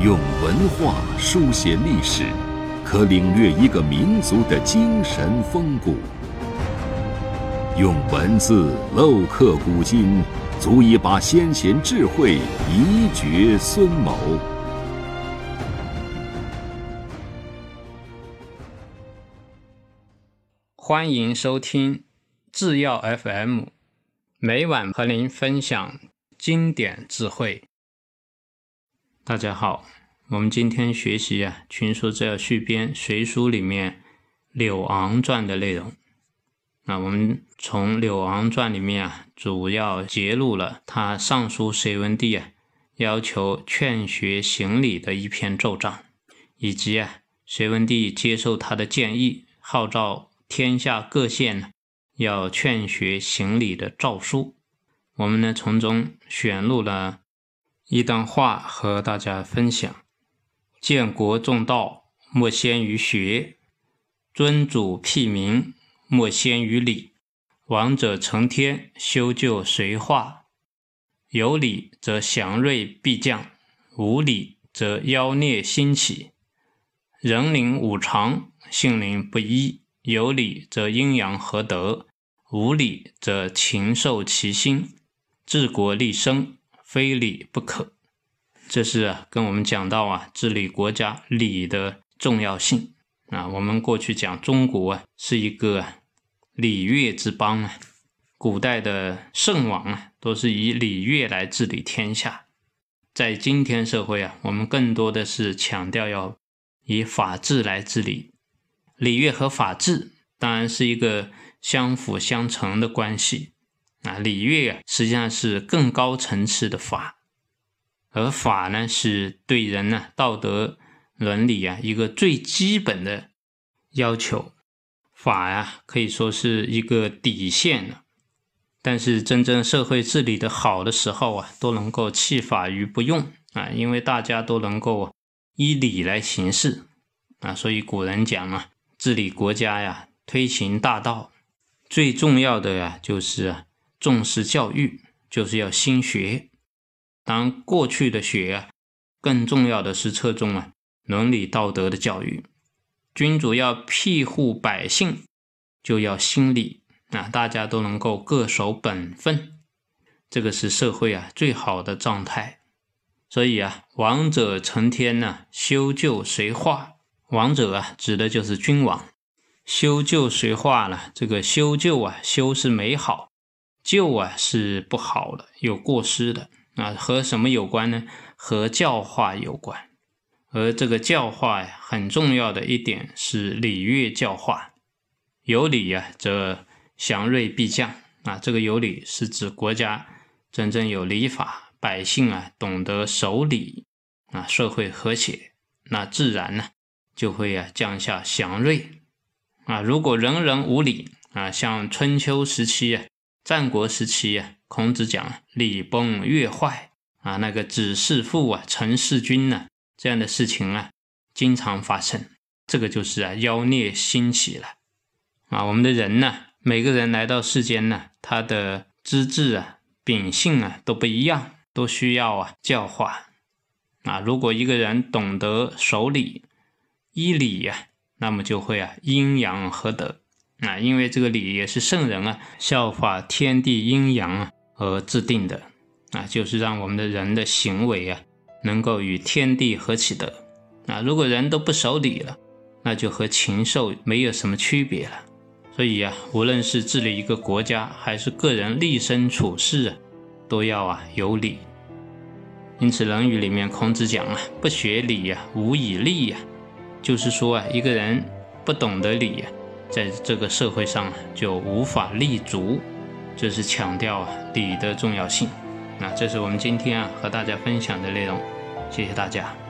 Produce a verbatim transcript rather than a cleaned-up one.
用文化书写历史，可领略一个民族的精神风骨；用文字镂刻古今，足以把先贤智慧遗绝孙谋。 欢迎收听制药 F M， 每晚和您分享经典智慧。大家好，我们今天学习啊《群书治要续编》隋书里面柳昂传的内容。那我们从柳昂传里面啊，主要揭露了他上书隋文帝啊，要求劝学行礼的一篇奏章，以及啊隋文帝接受他的建议，号召天下各县呢要劝学行礼的诏书。我们呢从中选录了一段话和大家分享：建国重道，莫先于学；尊主辟民，莫先于礼。王者承天，修旧随化。有礼则祥瑞必降，无礼则妖孽兴起。人灵五常，性灵不一。有礼则阴阳合德，无礼则禽兽齐心。治国立身，非礼不可。这是啊跟我们讲到啊治理国家礼的重要性啊。我们过去讲中国啊是一个啊礼乐之邦啊，古代的圣王啊都是以礼乐来治理天下。在今天社会啊，我们更多的是强调要以法治来治理。礼乐和法治当然是一个相辅相成的关系啊。礼乐啊实际上是更高层次的法，而法呢是对人呢、啊、道德伦理啊一个最基本的要求。法呀、啊、可以说是一个底线了，但是真正社会治理的好的时候啊，都能够弃法于不用啊，因为大家都能够依礼来行事啊。所以古人讲啊，治理国家呀，推行大道，最重要的呀就是啊重视教育，就是要兴学。当然过去的学啊，更重要的是侧重啊伦理道德的教育。君主要庇护百姓，就要兴礼啊，大家都能够各守本分，这个是社会啊最好的状态。所以啊，王者承天呢、啊，修旧随化。王者啊指的就是君王，修旧随化了。这个修旧啊，修是美好，旧啊是不好的，有过失的啊。和什么有关呢？和教化有关。而这个教化呀，很重要的一点是礼乐教化。有礼啊，则祥瑞必降啊。这个有礼是指国家真正有礼法，百姓啊懂得守礼啊，社会和谐，那自然呢就会啊降下祥瑞啊。如果人人无礼啊，像春秋时期啊、战国时期啊，孔子讲礼崩乐坏啊，那个子弑父啊、臣弑君啊，这样的事情啊经常发生。这个就是啊妖孽兴起了啊。我们的人呢，每个人来到世间呢，他的资质啊、秉性啊都不一样，都需要啊教化啊。如果一个人懂得守礼、依礼啊，那么就会啊阴阳合德啊。因为这个礼也是圣人啊效法天地阴阳啊而制定的啊，就是让我们的人的行为啊能够与天地合其德啊。如果人都不守礼了，那就和禽兽没有什么区别了。所以啊，无论是治理一个国家，还是个人立身处世啊，都要啊有礼。因此《论语》里面孔子讲啊，不学礼啊，无以立啊。就是说啊，一个人不懂得礼啊，在这个社会上就无法立足。这是强调啊礼的重要性。那这是我们今天啊和大家分享的内容，谢谢大家。